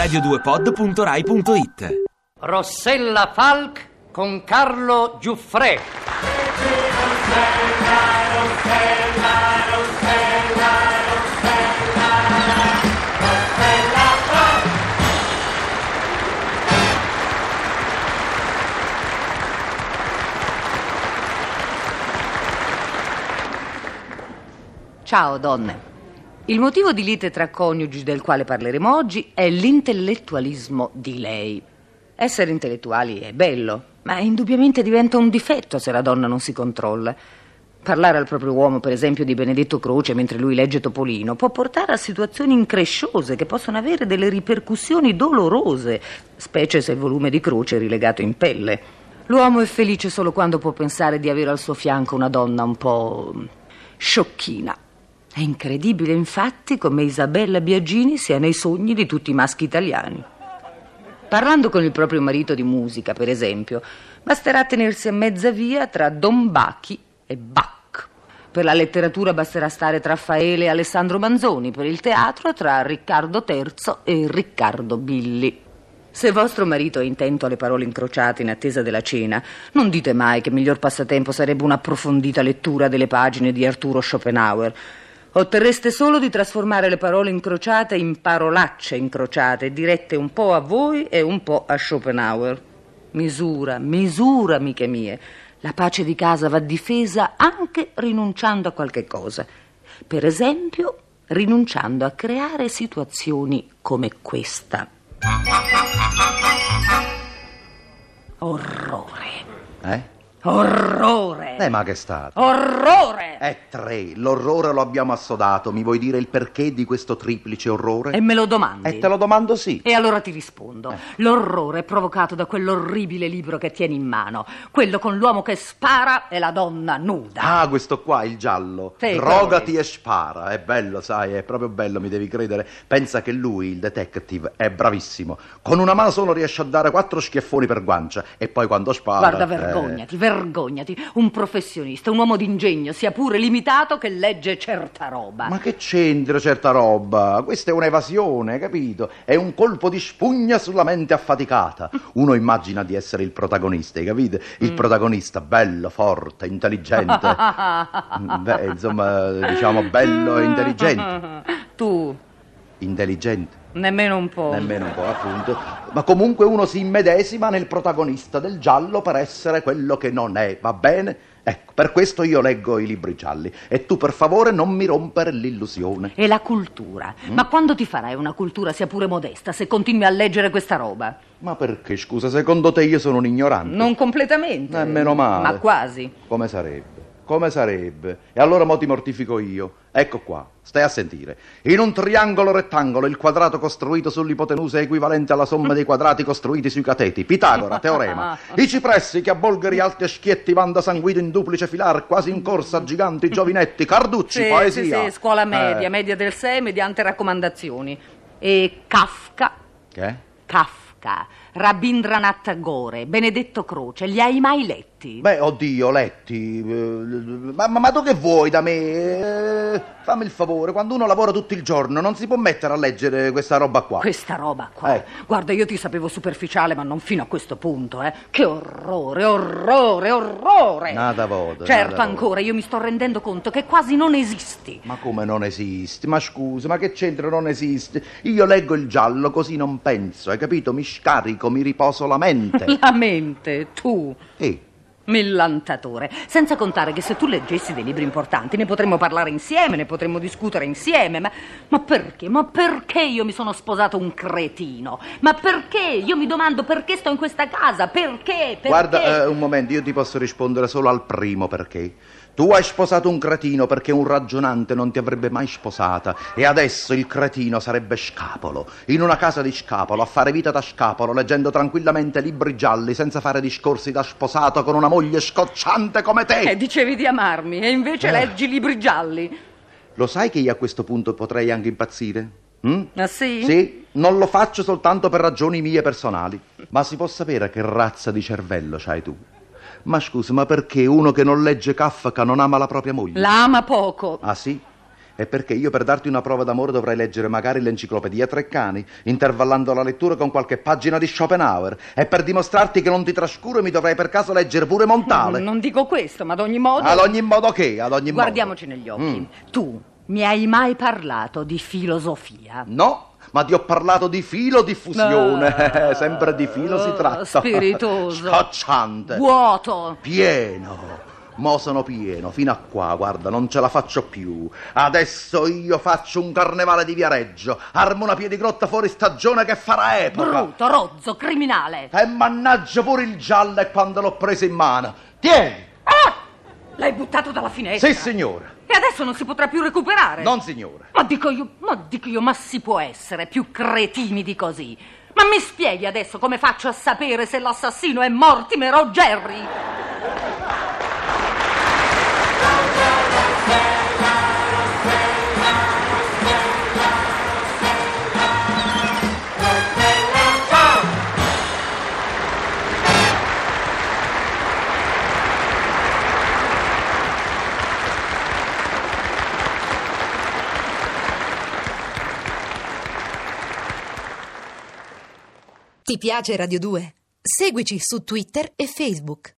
radio2pod.rai.it. Rossella Falk con Carlo Giuffrè. Ciao donne. Il motivo di lite tra coniugi del quale parleremo oggi è l'intellettualismo di lei. Essere intellettuali è bello, ma indubbiamente diventa un difetto se la donna non si controlla. Parlare al proprio uomo, per esempio, di Benedetto Croce mentre lui legge Topolino può portare a situazioni incresciose che possono avere delle ripercussioni dolorose, specie se il volume di Croce è rilegato in pelle. L'uomo è felice solo quando può pensare di avere al suo fianco una donna un po' sciocchina. È incredibile, infatti, come Isabella Biagini sia nei sogni di tutti i maschi italiani. Parlando con il proprio marito di musica, per esempio, basterà tenersi a mezza via tra Don Bachi e Bach. Per la letteratura basterà stare tra Raffaele e Alessandro Manzoni, per il teatro tra Riccardo III e Riccardo Billi. Se vostro marito è intento alle parole incrociate in attesa della cena, non dite mai che miglior passatempo sarebbe un'approfondita lettura delle pagine di Arturo Schopenhauer. Otterreste solo di trasformare le parole incrociate in parolacce incrociate, dirette un po' a voi e un po' a Schopenhauer. Misura, amiche mie. La pace di casa va difesa anche rinunciando a qualche cosa. Per esempio, rinunciando a creare situazioni come questa. Orrore. Orrore! Ma che è stato? Orrore! Tre, l'orrore lo abbiamo assodato. Mi vuoi dire il perché di questo triplice orrore? E me lo domandi? Te lo domando sì. E allora ti rispondo. L'orrore è provocato da quell'orribile libro che tieni in mano. Quello con l'uomo che spara e la donna nuda. Ah, questo qua, il giallo. Sì, Drogati e spara. È bello, sai, è proprio bello, mi devi credere. Pensa che lui, il detective, è bravissimo. Con una mano solo riesce a dare 4 schiaffoni per guancia. E poi quando spara... Guarda, vergognati. Un professionista, un uomo d'ingegno, sia pure limitato, che legge certa roba. Ma che c'entra certa roba? Questa è un'evasione, capito? È un colpo di spugna sulla mente affaticata. Uno immagina di essere il protagonista, hai capito? Il protagonista bello, forte, intelligente. Beh, insomma, diciamo bello e intelligente. Tu? Intelligente? Nemmeno un po', appunto. Ma comunque uno si immedesima nel protagonista del giallo per essere quello che non è, va bene? Ecco, per questo io leggo i libri gialli. E tu, per favore, non mi rompere l'illusione. E la cultura? Ma quando ti farai una cultura, sia pure modesta, se continui a leggere questa roba? Ma perché, scusa, secondo te io sono un ignorante? Non completamente. Meno male. Ma quasi. Come sarebbe? E allora mo ti mortifico io. Ecco qua, stai a sentire. In un triangolo rettangolo il quadrato costruito sull'ipotenusa è equivalente alla somma dei quadrati costruiti sui cateti. Pitagora, teorema. I cipressi che a bolgheri alti e schietti van da sanguido in duplice filar, quasi in corsa, giganti giovinetti. Carducci, poesia. Sì, scuola media del 6, mediante raccomandazioni. E Kafka? Che? Kafka, Rabindranath Tagore, Benedetto Croce, li hai mai letti? Beh, oddio, letti. Ma tu che vuoi da me? Fammi il favore, quando uno lavora tutto il giorno non si può mettere a leggere questa roba qua. Questa roba qua? Guarda, io ti sapevo superficiale, ma non fino a questo punto, Che orrore! Nada voto. Certo, ancora, io mi sto rendendo conto che quasi non esisti. Ma come non esisti? Ma scusa, ma che c'entra non esiste? Io leggo il giallo così non penso, hai capito? Mi scarico, mi riposo la mente. La mente, tu? Sì. Millantatore. Senza contare che se tu leggessi dei libri importanti ne potremmo parlare insieme, ne potremmo discutere insieme. Ma perché? Ma perché io mi sono sposato un cretino? Ma perché? Io mi domando perché sto in questa casa. Perché? Guarda, un momento, io ti posso rispondere solo al primo perché. Tu hai sposato un cretino perché un ragionante non ti avrebbe mai sposata e adesso il cretino sarebbe scapolo, in una casa di scapolo, a fare vita da scapolo, leggendo tranquillamente libri gialli senza fare discorsi da sposato con una moglie scocciante come te. Dicevi di amarmi e invece leggi libri gialli. Lo sai che io a questo punto potrei anche impazzire? Ah, sì? Sì, non lo faccio soltanto per ragioni mie personali, ma si può sapere che razza di cervello c'hai tu? Ma scusa, ma perché uno che non legge Kafka non ama la propria moglie? La ama poco. Ah sì? È perché io per darti una prova d'amore dovrei leggere magari l'enciclopedia Treccani, intervallando la lettura con qualche pagina di Schopenhauer. E per dimostrarti che non ti trascuro mi dovrei per caso leggere pure Montale. Non dico questo, ma ad ogni modo... Ad ogni modo che? Ad ogni modo. Guardiamoci negli occhi. Tu mi hai mai parlato di filosofia? No, ma ti ho parlato di filodiffusione. Sempre di filo si tratta. Spiritoso. Scocciante. Vuoto. Pieno. Mo sono pieno, fino a qua, guarda, non ce la faccio più. Adesso io faccio un carnevale di Viareggio, armo una piedigrotta fuori stagione che farà epoca. Brutto, rozzo, criminale. E mannaggia pure il giallo e quando l'ho preso in mano. Tieni! Ah! L'hai buttato dalla finestra? Sì, signora. E adesso non si potrà più recuperare? Non, signora. Ma dico io, ma si può essere più cretini di così? Ma mi spieghi adesso come faccio a sapere se l'assassino è Mortimer o Jerry? Ti piace Radio 2? Seguici su Twitter e Facebook.